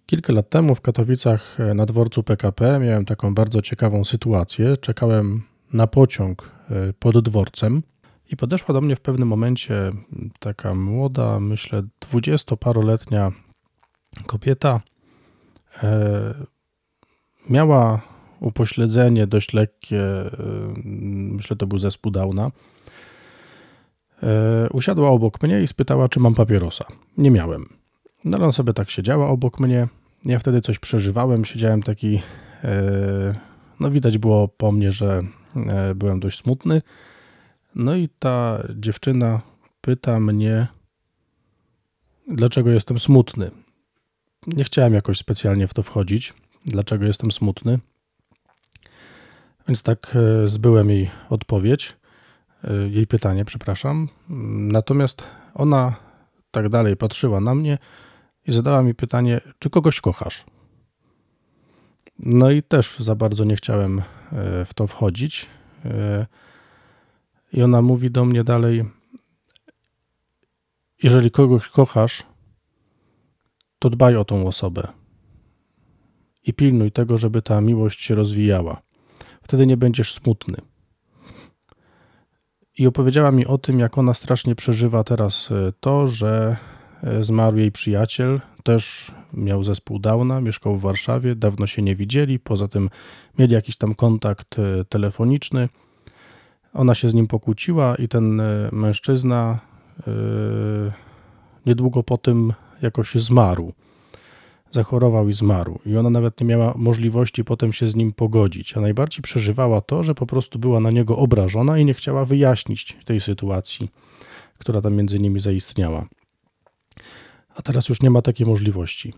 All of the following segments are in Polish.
Kilka lat temu w Katowicach na dworcu PKP miałem taką bardzo ciekawą sytuację. Czekałem na pociąg pod dworcem i podeszła do mnie w pewnym momencie taka młoda, myślę, dwudziestoparoletnia kobieta. Miała upośledzenie dość lekkie, myślę, to był zespół Downa. Usiadła obok mnie i spytała, czy mam papierosa. Nie miałem. No ale ona sobie tak siedziała obok mnie. Ja wtedy coś przeżywałem, siedziałem taki, no widać było po mnie, że byłem dość smutny. No i ta dziewczyna pyta mnie, dlaczego jestem smutny. Nie chciałem jakoś specjalnie w to wchodzić, dlaczego jestem smutny. Więc tak zbyłem jej odpowiedź, jej pytanie, przepraszam. Natomiast ona tak dalej patrzyła na mnie i zadała mi pytanie, czy kogoś kochasz? No i też za bardzo nie chciałem w to wchodzić. I ona mówi do mnie dalej, jeżeli kogoś kochasz, to dbaj o tą osobę i pilnuj tego, żeby ta miłość się rozwijała. Wtedy nie będziesz smutny. I opowiedziała mi o tym, jak ona strasznie przeżywa teraz to, że zmarł jej przyjaciel, też miał zespół Downa, mieszkał w Warszawie, dawno się nie widzieli, poza tym mieli jakiś tam kontakt telefoniczny. Ona się z nim pokłóciła i ten mężczyzna niedługo po tym jakoś zmarł. Zachorował i zmarł. I ona nawet nie miała możliwości potem się z nim pogodzić. A najbardziej przeżywała to, że po prostu była na niego obrażona i nie chciała wyjaśnić tej sytuacji, która tam między nimi zaistniała. A teraz już nie ma takiej możliwości.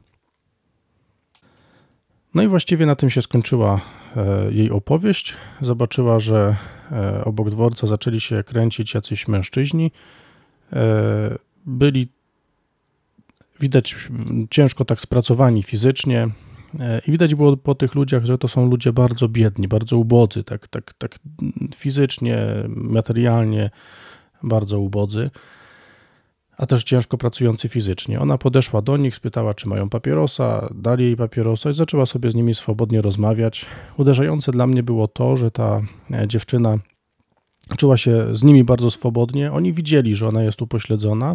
No i właściwie na tym się skończyła jej opowieść. Zobaczyła, że obok dworca zaczęli się kręcić jacyś mężczyźni. Byli widać ciężko tak spracowani fizycznie i widać było po tych ludziach, że to są ludzie bardzo biedni, bardzo ubodzy, tak fizycznie, materialnie bardzo ubodzy, a też ciężko pracujący fizycznie. Ona podeszła do nich, spytała, czy mają papierosa, dali jej papierosa i zaczęła sobie z nimi swobodnie rozmawiać. Uderzające dla mnie było to, że ta dziewczyna czuła się z nimi bardzo swobodnie. Oni widzieli, że ona jest upośledzona,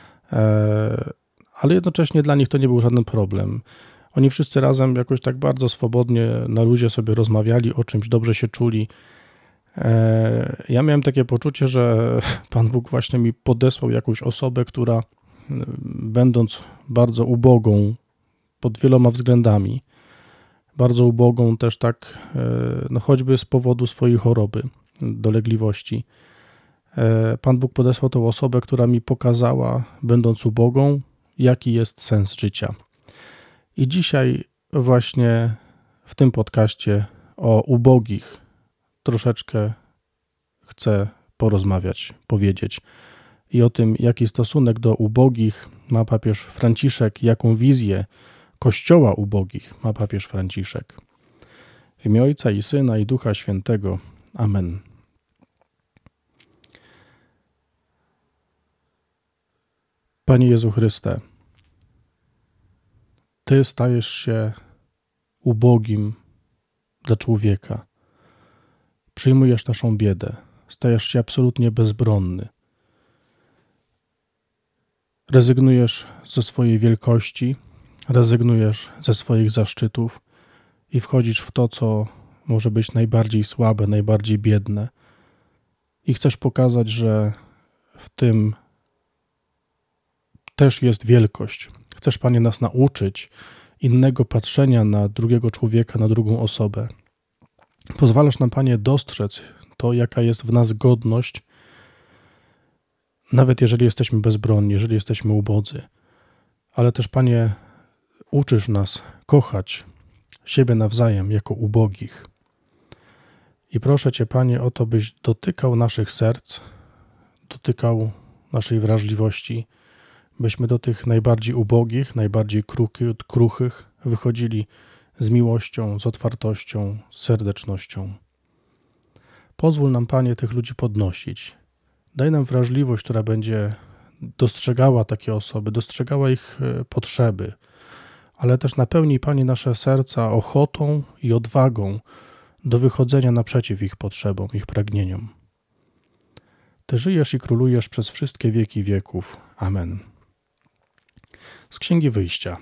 ale jednocześnie dla nich to nie był żaden problem. Oni wszyscy razem jakoś tak bardzo swobodnie na luzie sobie rozmawiali, o czymś dobrze się czuli. Ja miałem takie poczucie, że Pan Bóg właśnie mi podesłał jakąś osobę, która będąc bardzo ubogą pod wieloma względami, bardzo ubogą też tak, no choćby z powodu swojej choroby, dolegliwości, Pan Bóg podesłał tą osobę, która mi pokazała, będąc ubogą, jaki jest sens życia. I dzisiaj właśnie w tym podcaście o ubogich troszeczkę chcę porozmawiać, powiedzieć i o tym, jaki stosunek do ubogich ma papież Franciszek, jaką wizję Kościoła ubogich ma papież Franciszek. W imię Ojca i Syna i Ducha Świętego. Amen. Panie Jezu Chryste, Ty stajesz się ubogim dla człowieka. Przyjmujesz naszą biedę. Stajesz się absolutnie bezbronny. Rezygnujesz ze swojej wielkości, rezygnujesz ze swoich zaszczytów i wchodzisz w to, co może być najbardziej słabe, najbardziej biedne. I chcesz pokazać, że w tym też jest wielkość. Chcesz, Panie, nas nauczyć innego patrzenia na drugiego człowieka, na drugą osobę. Pozwalasz nam, Panie, dostrzec to, jaka jest w nas godność, nawet jeżeli jesteśmy bezbronni, jeżeli jesteśmy ubodzy. Ale też, Panie, uczysz nas kochać siebie nawzajem jako ubogich. I proszę Cię, Panie, o to, byś dotykał naszych serc, dotykał naszej wrażliwości, byśmy do tych najbardziej ubogich, najbardziej kruchych wychodzili z miłością, z otwartością, z serdecznością. Pozwól nam, Panie, tych ludzi podnosić. Daj nam wrażliwość, która będzie dostrzegała takie osoby, dostrzegała ich potrzeby, ale też napełnij, Panie, nasze serca ochotą i odwagą do wychodzenia naprzeciw ich potrzebom, ich pragnieniom. Ty żyjesz i królujesz przez wszystkie wieki wieków. Amen. Z Księgi Wyjścia.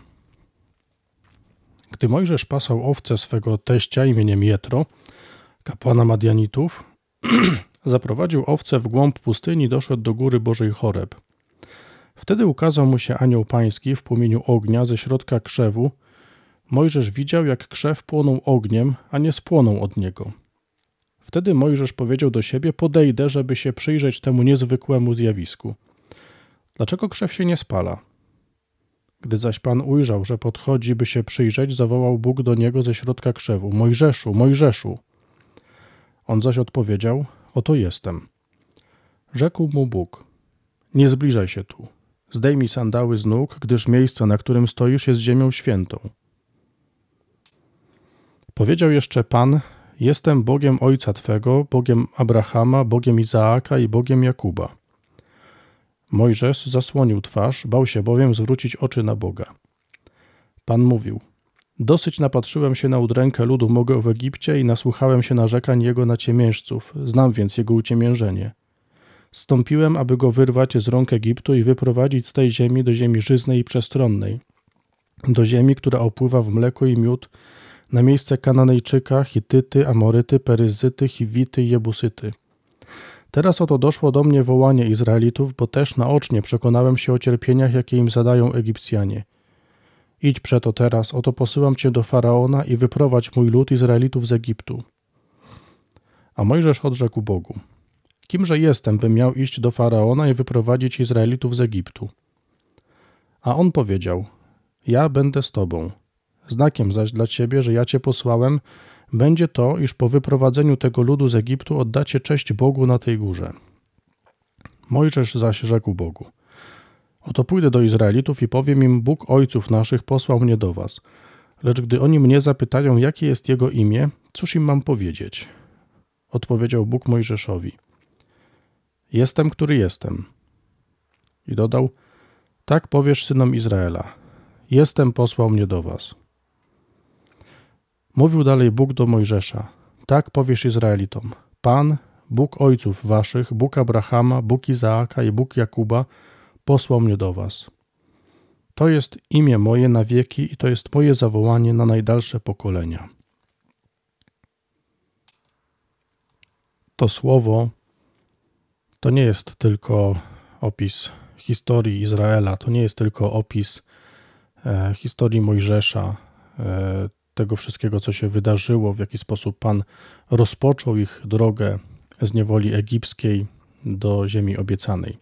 Gdy Mojżesz pasał owce swego teścia imieniem Jetro, kapłana Madianitów, zaprowadził owce w głąb pustyni, doszedł do góry Bożej Choreb. Wtedy ukazał mu się anioł pański w płomieniu ognia ze środka krzewu. Mojżesz widział, jak krzew płonął ogniem, a nie spłonął od niego. Wtedy Mojżesz powiedział do siebie: podejdę, żeby się przyjrzeć temu niezwykłemu zjawisku. Dlaczego krzew się nie spala? Gdy zaś Pan ujrzał, że podchodzi, by się przyjrzeć, zawołał Bóg do niego ze środka krzewu: Mojżeszu, Mojżeszu! On zaś odpowiedział: oto jestem. Rzekł mu Bóg: nie zbliżaj się tu. Zdejmij sandały z nóg, gdyż miejsce, na którym stoisz, jest ziemią świętą. Powiedział jeszcze Pan: jestem Bogiem ojca twego, Bogiem Abrahama, Bogiem Izaaka i Bogiem Jakuba. Mojżesz zasłonił twarz, bał się bowiem zwrócić oczy na Boga. Pan mówił: dosyć napatrzyłem się na udrękę ludu mego w Egipcie i nasłuchałem się narzekań jego naciemiężców, znam więc jego uciemiężenie. Zstąpiłem, aby go wyrwać z rąk Egiptu i wyprowadzić z tej ziemi do ziemi żyznej i przestronnej, do ziemi, która opływa w mleko i miód, na miejsce Kananejczyka, Hityty, Amoryty, Peryzyty, Chiwity i Jebusyty. Teraz oto doszło do mnie wołanie Izraelitów, bo też naocznie przekonałem się o cierpieniach, jakie im zadają Egipcjanie. Idź przeto teraz, oto posyłam cię do Faraona i wyprowadź mój lud Izraelitów z Egiptu. A Mojżesz odrzekł Bogu: kimże jestem, bym miał iść do Faraona i wyprowadzić Izraelitów z Egiptu? A on powiedział: ja będę z tobą. Znakiem zaś dla ciebie, że ja cię posłałem, będzie to, iż po wyprowadzeniu tego ludu z Egiptu oddacie cześć Bogu na tej górze. Mojżesz zaś rzekł Bogu: oto pójdę do Izraelitów i powiem im: Bóg ojców naszych posłał mnie do was. Lecz gdy oni mnie zapytają, jakie jest jego imię, cóż im mam powiedzieć? Odpowiedział Bóg Mojżeszowi: jestem, który jestem. I dodał: tak powiesz synom Izraela: jestem, posłał mnie do was. Mówił dalej Bóg do Mojżesza: tak powiesz Izraelitom: Pan, Bóg ojców waszych, Bóg Abrahama, Bóg Izaaka i Bóg Jakuba posłał mnie do was. To jest imię moje na wieki i to jest moje zawołanie na najdalsze pokolenia. To słowo to nie jest tylko opis historii Izraela, to nie jest tylko opis historii Mojżesza, tego wszystkiego, co się wydarzyło, w jaki sposób Pan rozpoczął ich drogę z niewoli egipskiej do ziemi obiecanej.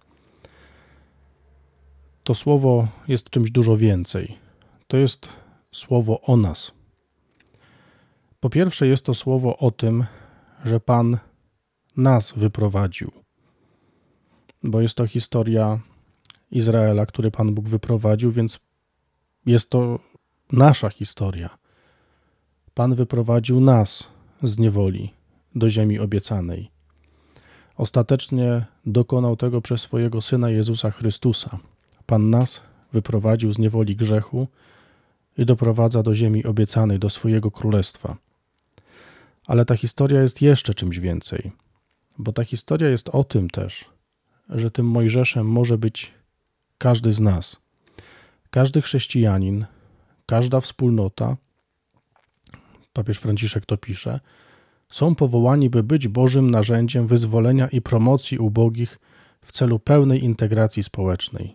To słowo jest czymś dużo więcej. To jest słowo o nas. Po pierwsze, jest to słowo o tym, że Pan nas wyprowadził, bo jest to historia Izraela, który Pan Bóg wyprowadził, więc jest to nasza historia. Pan wyprowadził nas z niewoli do ziemi obiecanej. Ostatecznie dokonał tego przez swojego Syna Jezusa Chrystusa. Pan nas wyprowadził z niewoli grzechu i doprowadza do ziemi obiecanej, do swojego królestwa. Ale ta historia jest jeszcze czymś więcej, bo ta historia jest o tym też, że tym Mojżeszem może być każdy z nas. Każdy chrześcijanin, każda wspólnota, papież Franciszek to pisze, są powołani, by być Bożym narzędziem wyzwolenia i promocji ubogich w celu pełnej integracji społecznej.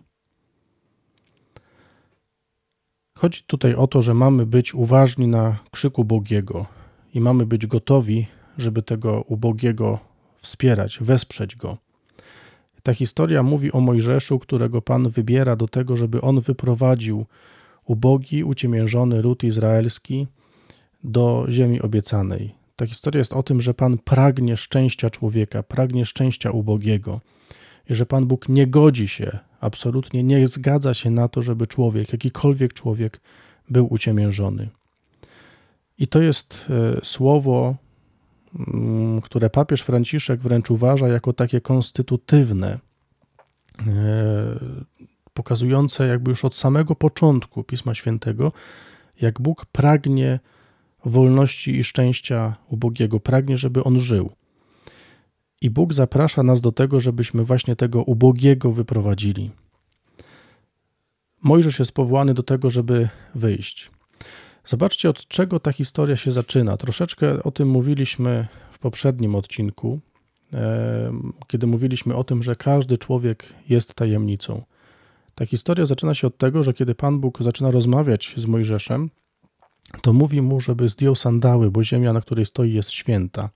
Chodzi tutaj o to, że mamy być uważni na krzyk ubogiego i mamy być gotowi, żeby tego ubogiego wspierać, wesprzeć go. Ta historia mówi o Mojżeszu, którego Pan wybiera do tego, żeby on wyprowadził ubogi, uciemiężony lud izraelski do ziemi obiecanej. Ta historia jest o tym, że Pan pragnie szczęścia człowieka, pragnie szczęścia ubogiego i że Pan Bóg nie godzi się, absolutnie nie zgadza się na to, żeby człowiek, jakikolwiek człowiek był uciemiężony. I to jest słowo, które papież Franciszek wręcz uważa jako takie konstytutywne, pokazujące jakby już od samego początku Pisma Świętego, jak Bóg pragnie wolności i szczęścia ubogiego, pragnie, żeby on żył. I Bóg zaprasza nas do tego, żebyśmy właśnie tego ubogiego wyprowadzili. Mojżesz jest powołany do tego, żeby wyjść. Zobaczcie, od czego ta historia się zaczyna. Troszeczkę o tym mówiliśmy w poprzednim odcinku, kiedy mówiliśmy o tym, że każdy człowiek jest tajemnicą. Ta historia zaczyna się od tego, że kiedy Pan Bóg zaczyna rozmawiać z Mojżeszem, to mówi mu, żeby zdjął sandały, bo ziemia, na której stoi, jest święta.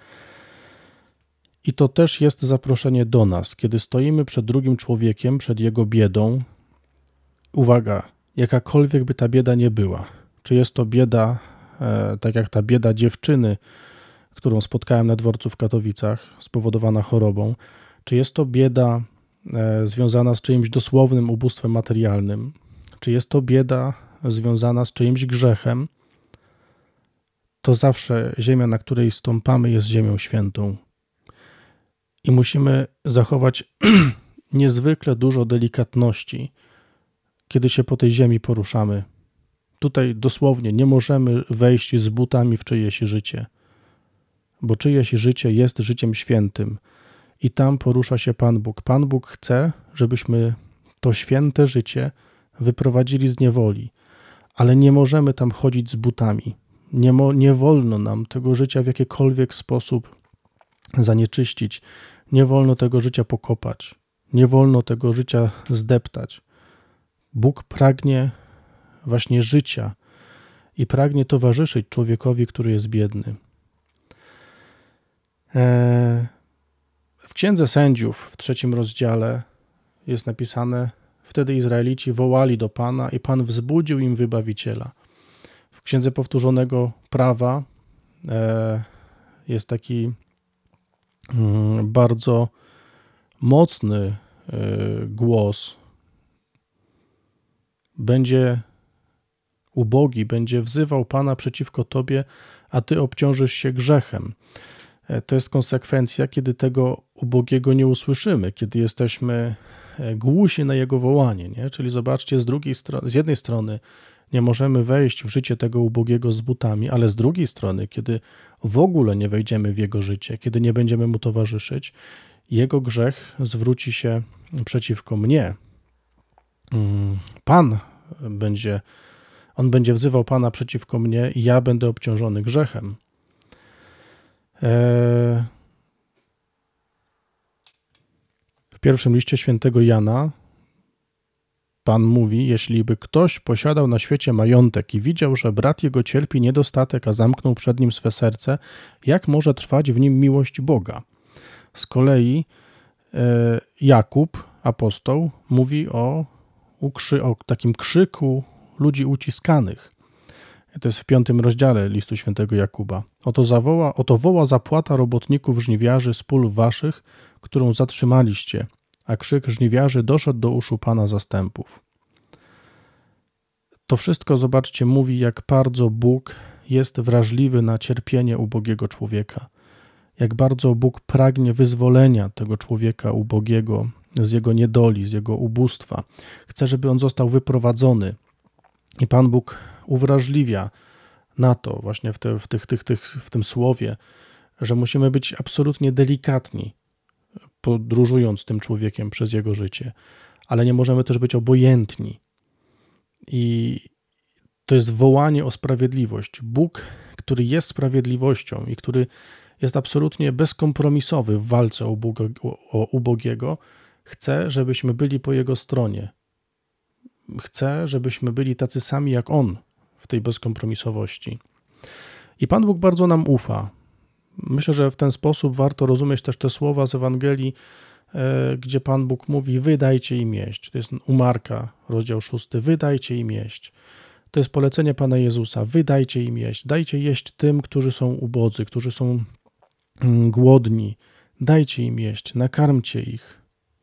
I to też jest zaproszenie do nas, kiedy stoimy przed drugim człowiekiem, przed jego biedą. Uwaga, jakakolwiek by ta bieda nie była. Czy jest to bieda, tak jak ta bieda dziewczyny, którą spotkałem na dworcu w Katowicach, spowodowana chorobą, czy jest to bieda związana z czyimś dosłownym ubóstwem materialnym, czy jest to bieda związana z czyimś grzechem, to zawsze ziemia, na której stąpamy, jest ziemią świętą. I musimy zachować niezwykle dużo delikatności, kiedy się po tej ziemi poruszamy. Tutaj dosłownie nie możemy wejść z butami w czyjeś życie, bo czyjeś życie jest życiem świętym i tam porusza się Pan Bóg. Pan Bóg chce, żebyśmy to święte życie wyprowadzili z niewoli, ale nie możemy tam chodzić z butami. Nie wolno nam tego życia w jakikolwiek sposób zanieczyścić. Nie wolno tego życia pokopać. Nie wolno tego życia zdeptać. Bóg pragnie właśnie życia i pragnie towarzyszyć człowiekowi, który jest biedny. W Księdze Sędziów w 3 rozdziale jest napisane: wtedy Izraelici wołali do Pana i Pan wzbudził im wybawiciela. W Księdze Powtórzonego Prawa jest taki bardzo mocny głos. Będzie ubogi, będzie wzywał Pana przeciwko Tobie, a Ty obciążysz się grzechem. To jest konsekwencja, kiedy tego ubogiego nie usłyszymy, kiedy jesteśmy głusi na jego wołanie. Nie? Czyli zobaczcie, z jednej strony nie możemy wejść w życie tego ubogiego z butami, ale z drugiej strony, kiedy w ogóle nie wejdziemy w jego życie, kiedy nie będziemy mu towarzyszyć, jego grzech zwróci się przeciwko mnie. On będzie wzywał Pana przeciwko mnie i ja będę obciążony grzechem. W pierwszym liście świętego Jana Pan mówi: jeśli by ktoś posiadał na świecie majątek i widział, że brat jego cierpi niedostatek, a zamknął przed nim swe serce, jak może trwać w nim miłość Boga? Z kolei Jakub, apostoł, mówi o takim krzyku ludzi uciskanych. To jest w 5 rozdziale listu świętego Jakuba. Oto woła zapłata robotników żniwiarzy z pól waszych, którą zatrzymaliście, a krzyk żniwiarzy doszedł do uszu Pana zastępów. To wszystko, zobaczcie, mówi, jak bardzo Bóg jest wrażliwy na cierpienie ubogiego człowieka. Jak bardzo Bóg pragnie wyzwolenia tego człowieka ubogiego z jego niedoli, z jego ubóstwa. Chce, żeby on został wyprowadzony. I Pan Bóg uwrażliwia na to właśnie w tym słowie, że musimy być absolutnie delikatni, podróżując tym człowiekiem przez jego życie, ale nie możemy też być obojętni. I to jest wołanie o sprawiedliwość. Bóg, który jest sprawiedliwością i który jest absolutnie bezkompromisowy w walce o ubogiego, chce, żebyśmy byli po jego stronie. Chce, żebyśmy byli tacy sami jak on w tej bezkompromisowości. I Pan Bóg bardzo nam ufa. Myślę, że w ten sposób warto rozumieć też te słowa z Ewangelii, gdzie Pan Bóg mówi: wy dajcie im jeść. To jest u Marka, rozdział 6. Wy dajcie im jeść. To jest polecenie Pana Jezusa. Wy dajcie im jeść. Dajcie jeść tym, którzy są ubodzy, którzy są głodni. Dajcie im jeść. Nakarmcie ich.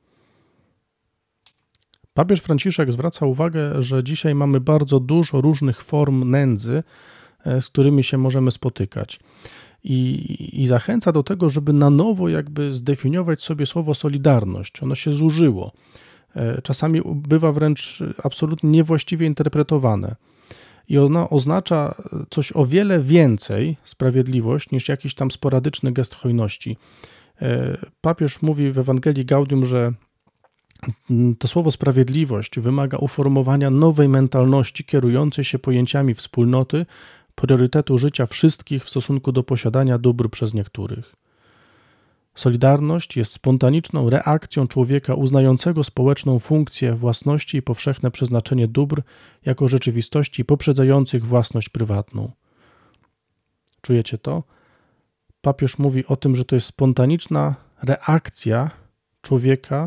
Papież Franciszek zwraca uwagę, że dzisiaj mamy bardzo dużo różnych form nędzy, z którymi się możemy spotykać. I zachęca do tego, żeby na nowo jakby zdefiniować sobie słowo solidarność. Ono się zużyło. Czasami bywa wręcz absolutnie niewłaściwie interpretowane. I ona oznacza coś o wiele więcej, sprawiedliwość, niż jakiś tam sporadyczny gest hojności. Papież mówi w Ewangelii Gaudium, że to słowo sprawiedliwość wymaga uformowania nowej mentalności kierującej się pojęciami wspólnoty, priorytetu życia wszystkich w stosunku do posiadania dóbr przez niektórych. Solidarność jest spontaniczną reakcją człowieka uznającego społeczną funkcję własności i powszechne przeznaczenie dóbr jako rzeczywistości poprzedzających własność prywatną. Czujecie to? Papież mówi o tym, że to jest spontaniczna reakcja człowieka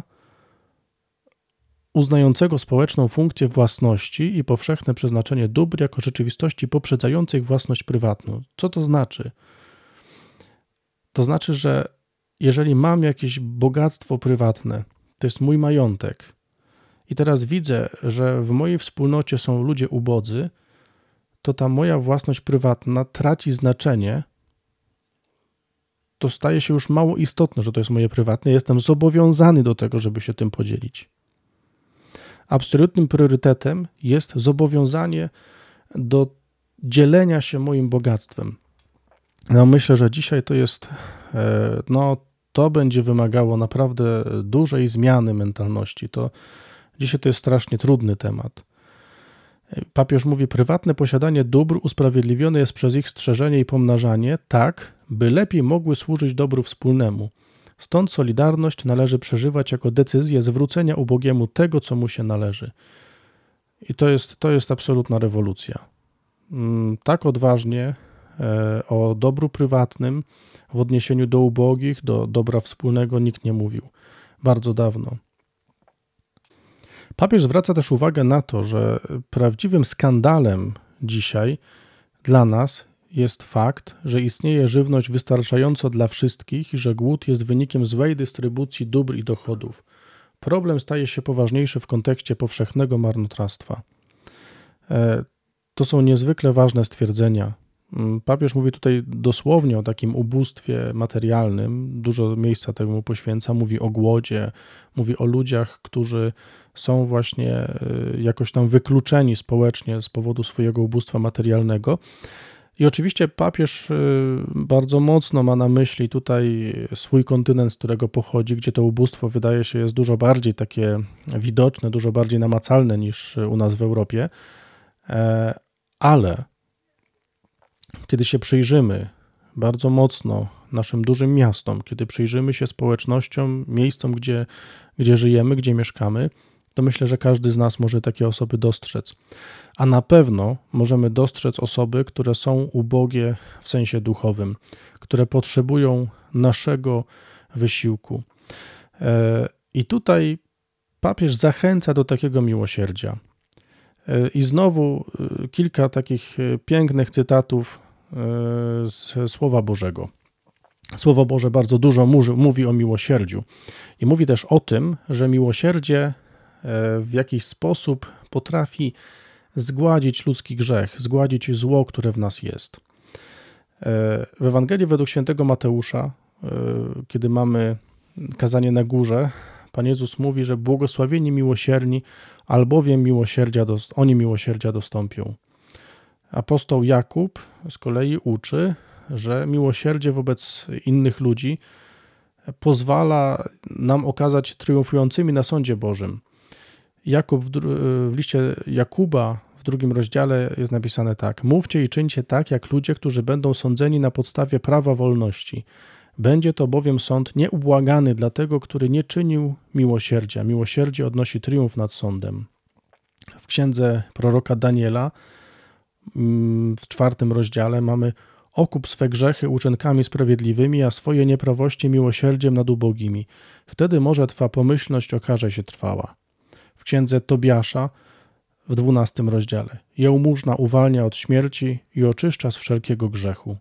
uznającego społeczną funkcję własności i powszechne przeznaczenie dóbr jako rzeczywistości poprzedzających własność prywatną. Co to znaczy? To znaczy, że jeżeli mam jakieś bogactwo prywatne, to jest mój majątek i teraz widzę, że w mojej wspólnocie są ludzie ubodzy, to ta moja własność prywatna traci znaczenie, to staje się już mało istotne, że to jest moje prywatne, jestem zobowiązany do tego, żeby się tym podzielić. Absolutnym priorytetem jest zobowiązanie do dzielenia się moim bogactwem. No myślę, że dzisiaj to jest, to będzie wymagało naprawdę dużej zmiany mentalności. Dzisiaj to jest strasznie trudny temat. Papież mówi, prywatne posiadanie dóbr usprawiedliwione jest przez ich strzeżenie i pomnażanie, tak, by lepiej mogły służyć dobru wspólnemu. Stąd solidarność należy przeżywać jako decyzję zwrócenia ubogiemu tego, co mu się należy. I to jest absolutna rewolucja. Tak odważnie o dobru prywatnym w odniesieniu do ubogich, do dobra wspólnego nikt nie mówił. Bardzo dawno. Papież zwraca też uwagę na to, że prawdziwym skandalem dzisiaj dla nas jest fakt, że istnieje żywność wystarczająco dla wszystkich i że głód jest wynikiem złej dystrybucji dóbr i dochodów. Problem staje się poważniejszy w kontekście powszechnego marnotrawstwa. To są niezwykle ważne stwierdzenia. Papież mówi tutaj dosłownie o takim ubóstwie materialnym, dużo miejsca temu poświęca, mówi o głodzie, mówi o ludziach, którzy są właśnie jakoś tam wykluczeni społecznie z powodu swojego ubóstwa materialnego. I oczywiście papież bardzo mocno ma na myśli tutaj swój kontynent, z którego pochodzi, gdzie to ubóstwo wydaje się jest dużo bardziej takie widoczne, dużo bardziej namacalne niż u nas w Europie, ale kiedy się przyjrzymy bardzo mocno naszym dużym miastom, kiedy przyjrzymy się społecznościom, miejscom, gdzie żyjemy, gdzie mieszkamy, to myślę, że każdy z nas może takie osoby dostrzec. A na pewno możemy dostrzec osoby, które są ubogie w sensie duchowym, które potrzebują naszego wysiłku. I tutaj papież zachęca do takiego miłosierdzia. I znowu kilka takich pięknych cytatów z Słowa Bożego. Słowo Boże bardzo dużo mówi o miłosierdziu i mówi też o tym, że miłosierdzie w jakiś sposób potrafi zgładzić ludzki grzech, zgładzić zło, które w nas jest. W Ewangelii według świętego Mateusza, kiedy mamy kazanie na górze, Pan Jezus mówi, że błogosławieni miłosierni, albowiem oni miłosierdzia dostąpią. Apostoł Jakub z kolei uczy, że miłosierdzie wobec innych ludzi pozwala nam okazać triumfującymi na sądzie Bożym. Jakub w liście Jakuba w 2 rozdziale jest napisane tak: mówcie i czyńcie tak, jak ludzie, którzy będą sądzeni na podstawie prawa wolności. Będzie to bowiem sąd nieubłagany dla tego, który nie czynił miłosierdzia. Miłosierdzie odnosi triumf nad sądem. W księdze proroka Daniela w 4 rozdziale mamy: okup swe grzechy uczynkami sprawiedliwymi, a swoje nieprawości miłosierdziem nad ubogimi. Wtedy może twa pomyślność okaże się trwała. W księdze Tobiasza w 12 rozdziale: jałmużna uwalnia od śmierci i oczyszcza z wszelkiego grzechu.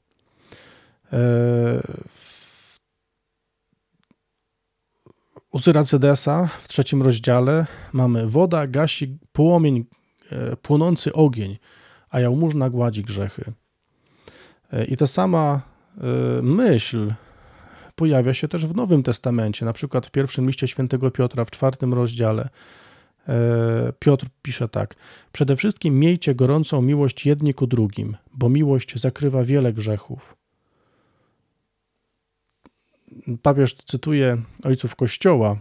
U Syracydesa w 3 rozdziale mamy: woda gasi płonący ogień, a jałmużna gładzi grzechy. I ta sama myśl pojawia się też w Nowym Testamencie, na przykład w pierwszym liście świętego Piotra, w 4 rozdziale. Piotr pisze tak: przede wszystkim miejcie gorącą miłość jedni ku drugim, bo miłość zakrywa wiele grzechów. Papież cytuje ojców Kościoła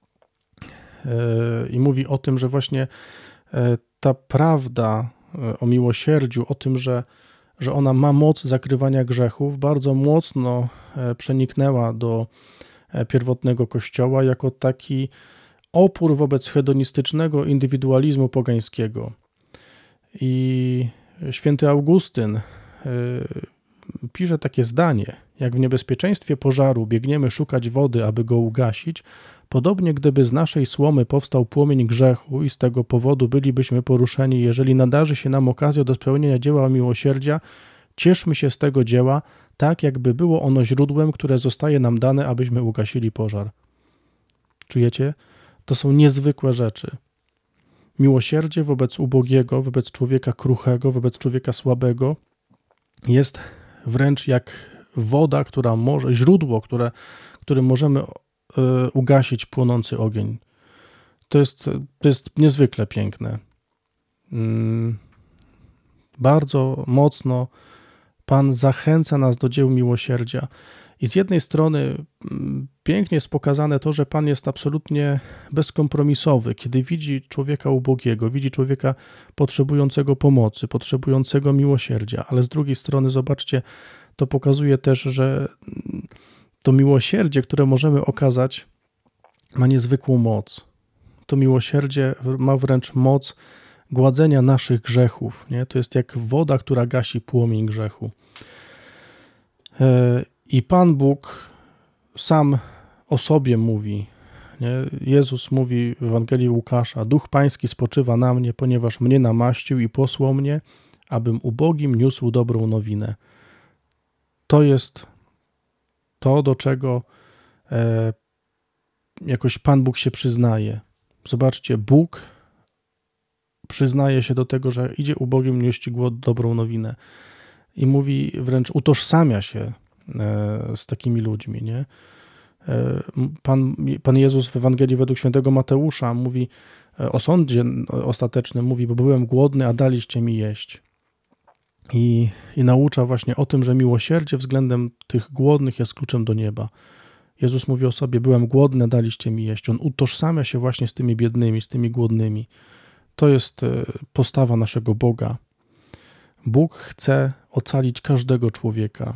i mówi o tym, że właśnie ta prawda o miłosierdziu, o tym, że ona ma moc zakrywania grzechów, bardzo mocno przeniknęła do pierwotnego Kościoła jako taki opór wobec hedonistycznego indywidualizmu pogańskiego. I święty Augustyn pisze takie zdanie: jak w niebezpieczeństwie pożaru biegniemy szukać wody, aby go ugasić, podobnie gdyby z naszej słomy powstał płomień grzechu i z tego powodu bylibyśmy poruszeni, jeżeli nadarzy się nam okazja do spełnienia dzieła miłosierdzia, cieszmy się z tego dzieła, tak jakby było ono źródłem, które zostaje nam dane, abyśmy ugasili pożar. Czujecie? To są niezwykłe rzeczy. Miłosierdzie wobec ubogiego, wobec człowieka kruchego, wobec człowieka słabego jest wręcz jak woda, która może, źródło, którym możemy ugasić płonący ogień. To jest niezwykle piękne. Bardzo mocno Pan zachęca nas do dzieł miłosierdzia. I z jednej strony pięknie jest pokazane to, że Pan jest absolutnie bezkompromisowy, kiedy widzi człowieka ubogiego, widzi człowieka potrzebującego pomocy, potrzebującego miłosierdzia, ale z drugiej strony, zobaczcie, to pokazuje też, że to miłosierdzie, które możemy okazać, ma niezwykłą moc. To miłosierdzie ma wręcz moc gładzenia naszych grzechów. Nie? To jest jak woda, która gasi płomień grzechu. I Pan Bóg sam o sobie mówi. Nie? Jezus mówi w Ewangelii Łukasza: Duch Pański spoczywa na mnie, ponieważ mnie namaścił i posłał mnie, abym ubogim niósł dobrą nowinę. To jest to, do czego jakoś Pan Bóg się przyznaje. Zobaczcie, Bóg przyznaje się do tego, że idzie ubogim nieść dobrą nowinę. I mówi, wręcz utożsamia się z takimi ludźmi. Nie? Pan Jezus w Ewangelii według świętego Mateusza mówi o sądzie ostatecznym, mówi: bo byłem głodny, a daliście mi jeść. I naucza właśnie o tym, że miłosierdzie względem tych głodnych jest kluczem do nieba. Jezus mówi o sobie: byłem głodny, a daliście mi jeść. On utożsamia się właśnie z tymi biednymi, z tymi głodnymi. To jest postawa naszego Boga. Bóg chce ocalić każdego człowieka.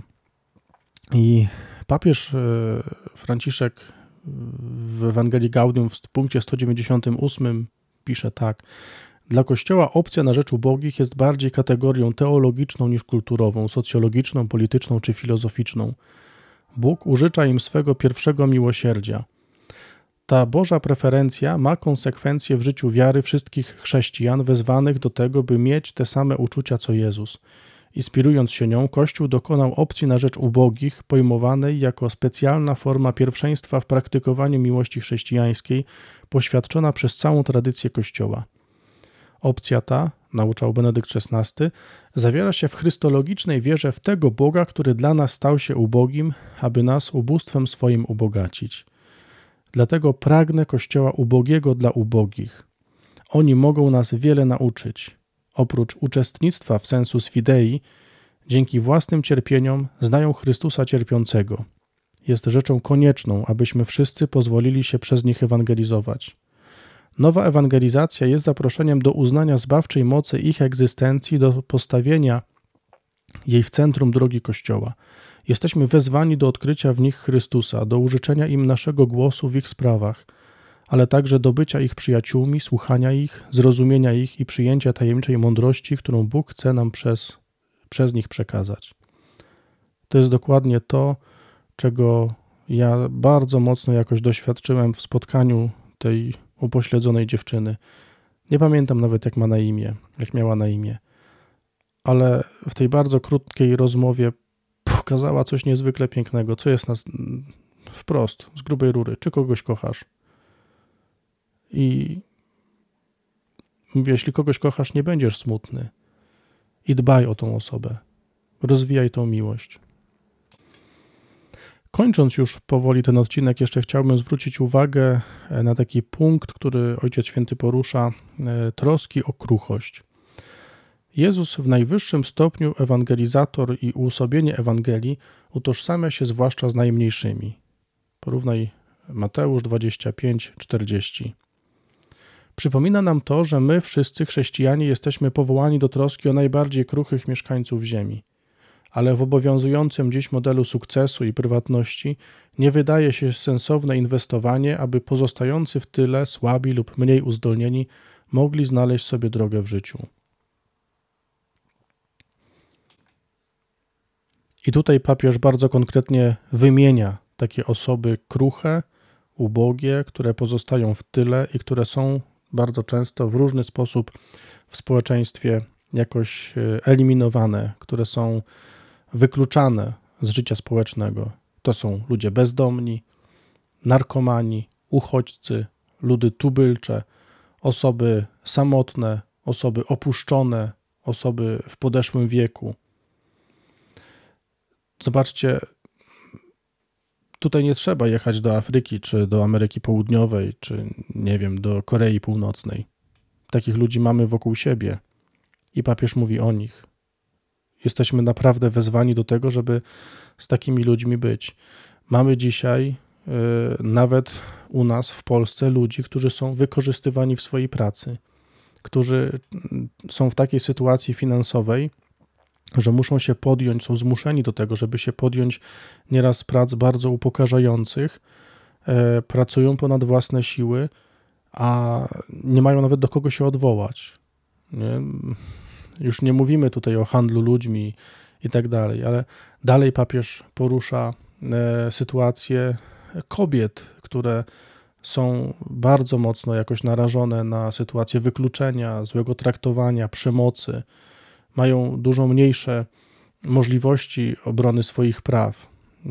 I papież Franciszek w Ewangelii Gaudium w punkcie 198 pisze tak: dla Kościoła opcja na rzecz ubogich jest bardziej kategorią teologiczną niż kulturową, socjologiczną, polityczną czy filozoficzną. Bóg użycza im swego pierwszego miłosierdzia. Ta Boża preferencja ma konsekwencje w życiu wiary wszystkich chrześcijan wezwanych do tego, by mieć te same uczucia co Jezus. Inspirując się nią, Kościół dokonał opcji na rzecz ubogich, pojmowanej jako specjalna forma pierwszeństwa w praktykowaniu miłości chrześcijańskiej, poświadczona przez całą tradycję Kościoła. Opcja ta, nauczał Benedykt XVI, zawiera się w chrystologicznej wierze w tego Boga, który dla nas stał się ubogim, aby nas ubóstwem swoim ubogacić. Dlatego pragnę Kościoła ubogiego dla ubogich. Oni mogą nas wiele nauczyć. Oprócz uczestnictwa w sensus fidei, dzięki własnym cierpieniom znają Chrystusa cierpiącego. Jest rzeczą konieczną, abyśmy wszyscy pozwolili się przez nich ewangelizować. Nowa ewangelizacja jest zaproszeniem do uznania zbawczej mocy ich egzystencji, do postawienia jej w centrum drogi Kościoła. Jesteśmy wezwani do odkrycia w nich Chrystusa, do użyczenia im naszego głosu w ich sprawach, ale także do bycia ich przyjaciółmi, słuchania ich, zrozumienia ich i przyjęcia tajemniczej mądrości, którą Bóg chce nam przez nich przekazać. To jest dokładnie to, czego ja bardzo mocno jakoś doświadczyłem w spotkaniu tej upośledzonej dziewczyny. Nie pamiętam nawet, jak miała na imię, ale w tej bardzo krótkiej rozmowie pokazała coś niezwykle pięknego, co jest nas wprost, z grubej rury. Czy kogoś kochasz? I mówię, jeśli kogoś kochasz, nie będziesz smutny. I dbaj o tą osobę. Rozwijaj tą miłość. Kończąc już powoli ten odcinek, jeszcze chciałbym zwrócić uwagę na taki punkt, który Ojciec Święty porusza, troski o kruchość. Jezus w najwyższym stopniu ewangelizator i uosobienie Ewangelii utożsamia się zwłaszcza z najmniejszymi. Porównaj Mateusz 25:40. Przypomina nam to, że my wszyscy chrześcijanie jesteśmy powołani do troski o najbardziej kruchych mieszkańców ziemi. Ale w obowiązującym dziś modelu sukcesu i prywatności nie wydaje się sensowne inwestowanie, aby pozostający w tyle, słabi lub mniej uzdolnieni mogli znaleźć sobie drogę w życiu. I tutaj papież bardzo konkretnie wymienia takie osoby kruche, ubogie, które pozostają w tyle i które są bardzo często w różny sposób w społeczeństwie jakoś eliminowane, które są wykluczane z życia społecznego. To są ludzie bezdomni, narkomani, uchodźcy, ludy tubylcze, osoby samotne, osoby opuszczone, osoby w podeszłym wieku. Zobaczcie, tutaj nie trzeba jechać do Afryki, czy do Ameryki Południowej, czy nie wiem, do Korei Północnej. Takich ludzi mamy wokół siebie i papież mówi o nich. Jesteśmy naprawdę wezwani do tego, żeby z takimi ludźmi być. Mamy dzisiaj nawet u nas w Polsce ludzi, którzy są wykorzystywani w swojej pracy, którzy są w takiej sytuacji finansowej, że muszą się podjąć, są zmuszeni do tego, żeby się podjąć nieraz prac bardzo upokarzających, pracują ponad własne siły, a nie mają nawet do kogo się odwołać. Nie? Już nie mówimy tutaj o handlu ludźmi i tak dalej, ale dalej papież porusza sytuację kobiet, które są bardzo mocno jakoś narażone na sytuację wykluczenia, złego traktowania, przemocy, mają dużo mniejsze możliwości obrony swoich praw,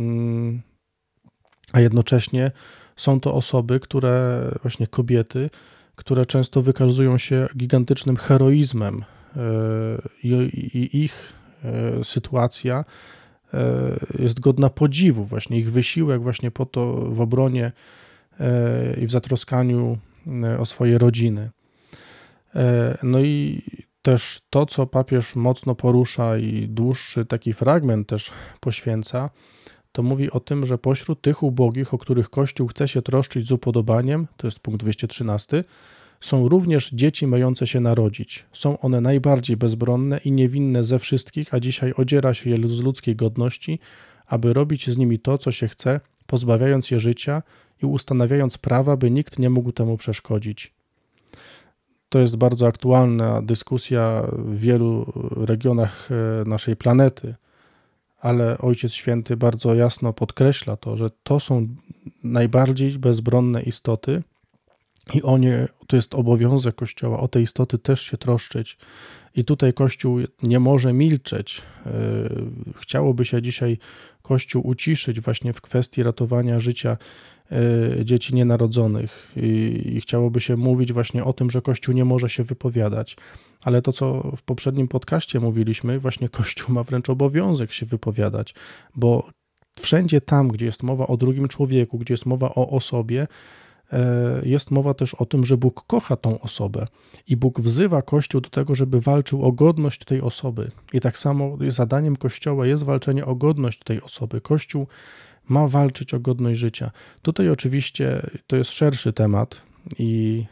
a jednocześnie są to osoby, właśnie kobiety, które często wykazują się gigantycznym heroizmem i ich sytuacja jest godna podziwu, właśnie ich wysiłek właśnie po to w obronie i w zatroskaniu o swoje rodziny. No i też to, co papież mocno porusza i dłuższy taki fragment też poświęca, to mówi o tym, że pośród tych ubogich, o których Kościół chce się troszczyć z upodobaniem, to jest punkt 213, są również dzieci mające się narodzić. Są one najbardziej bezbronne i niewinne ze wszystkich, a dzisiaj odziera się je z ludzkiej godności, aby robić z nimi to, co się chce, pozbawiając je życia i ustanawiając prawa, by nikt nie mógł temu przeszkodzić. To jest bardzo aktualna dyskusja w wielu regionach naszej planety, ale Ojciec Święty bardzo jasno podkreśla to, że to są najbardziej bezbronne istoty i to jest obowiązek Kościoła, o te istoty też się troszczyć. I tutaj Kościół nie może milczeć. Chciałoby się dzisiaj Kościół uciszyć właśnie w kwestii ratowania życia dzieci nienarodzonych i chciałoby się mówić właśnie o tym, że Kościół nie może się wypowiadać. Ale to, co w poprzednim podcaście mówiliśmy, właśnie Kościół ma wręcz obowiązek się wypowiadać, bo wszędzie tam, gdzie jest mowa o drugim człowieku, gdzie jest mowa o osobie, jest mowa też o tym, że Bóg kocha tą osobę i Bóg wzywa Kościół do tego, żeby walczył o godność tej osoby. I tak samo zadaniem Kościoła jest walczenie o godność tej osoby. Kościół ma walczyć o godność życia. Tutaj oczywiście to jest szerszy temat i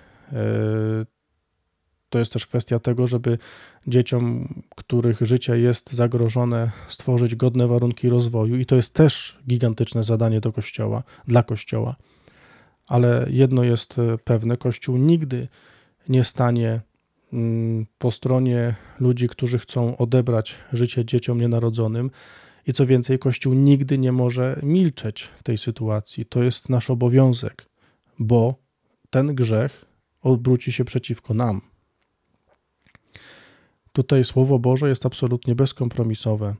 to jest też kwestia tego, żeby dzieciom, których życie jest zagrożone, stworzyć godne warunki rozwoju i to jest też gigantyczne zadanie dla Kościoła. Ale jedno jest pewne, Kościół nigdy nie stanie po stronie ludzi, którzy chcą odebrać życie dzieciom nienarodzonym i co więcej, Kościół nigdy nie może milczeć w tej sytuacji. To jest nasz obowiązek, bo ten grzech obróci się przeciwko nam. Tutaj Słowo Boże jest absolutnie bezkompromisowe.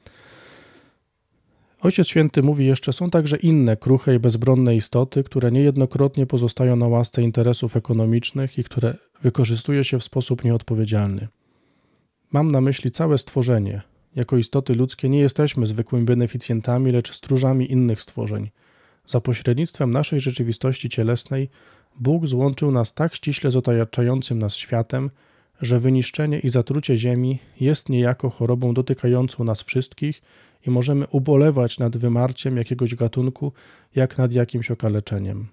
Ojciec Święty mówi jeszcze, są także inne kruche i bezbronne istoty, które niejednokrotnie pozostają na łasce interesów ekonomicznych i które wykorzystuje się w sposób nieodpowiedzialny. Mam na myśli całe stworzenie, jako istoty ludzkie nie jesteśmy zwykłymi beneficjentami, lecz stróżami innych stworzeń. Za pośrednictwem naszej rzeczywistości cielesnej Bóg złączył nas tak ściśle z otaczającym nas światem, że wyniszczenie i zatrucie ziemi jest niejako chorobą dotykającą nas wszystkich i możemy ubolewać nad wymarciem jakiegoś gatunku, jak nad jakimś okaleczeniem.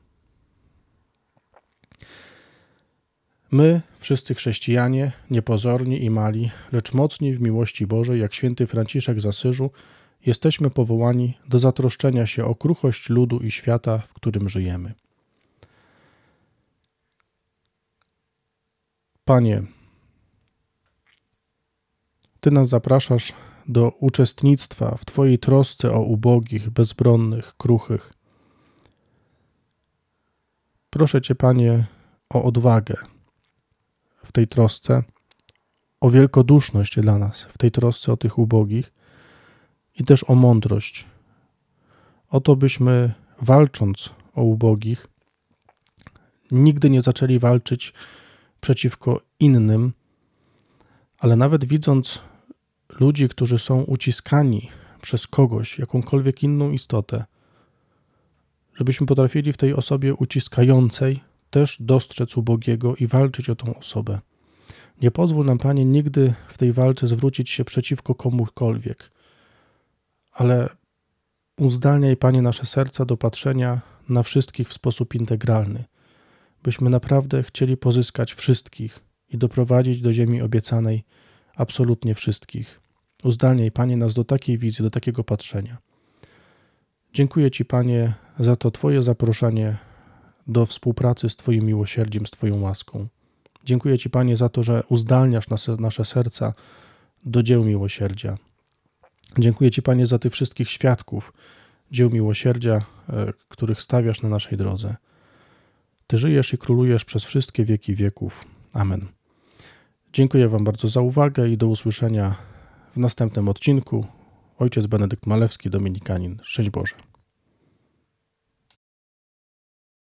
My, wszyscy chrześcijanie, niepozorni i mali, lecz mocni w miłości Bożej, jak święty Franciszek z Asyżu, jesteśmy powołani do zatroszczenia się o kruchość ludu i świata, w którym żyjemy. Panie, Ty nas zapraszasz do uczestnictwa w Twojej trosce o ubogich, bezbronnych, kruchych. Proszę Cię, Panie, o odwagę w tej trosce, o wielkoduszność dla nas w tej trosce o tych ubogich i też o mądrość. O to, byśmy walcząc o ubogich nigdy nie zaczęli walczyć przeciwko innym, ale nawet widząc ludzi, którzy są uciskani przez kogoś, jakąkolwiek inną istotę, żebyśmy potrafili w tej osobie uciskającej też dostrzec ubogiego i walczyć o tą osobę. Nie pozwól nam, Panie, nigdy w tej walce zwrócić się przeciwko komukolwiek, ale uzdalniaj, Panie, nasze serca do patrzenia na wszystkich w sposób integralny, byśmy naprawdę chcieli pozyskać wszystkich i doprowadzić do ziemi obiecanej absolutnie wszystkich. Uzdalniaj, Panie, nas do takiej wizji, do takiego patrzenia. Dziękuję Ci, Panie, za to Twoje zaproszenie do współpracy z Twoim miłosierdziem, z Twoją łaską. Dziękuję Ci, Panie, za to, że uzdalniasz nasze serca do dzieł miłosierdzia. Dziękuję Ci, Panie, za tych wszystkich świadków dzieł miłosierdzia, których stawiasz na naszej drodze. Ty żyjesz i królujesz przez wszystkie wieki wieków. Amen. Dziękuję Wam bardzo za uwagę i do usłyszenia w następnym odcinku. Ojciec Benedykt Malewski, dominikanin. Szczęść Boże.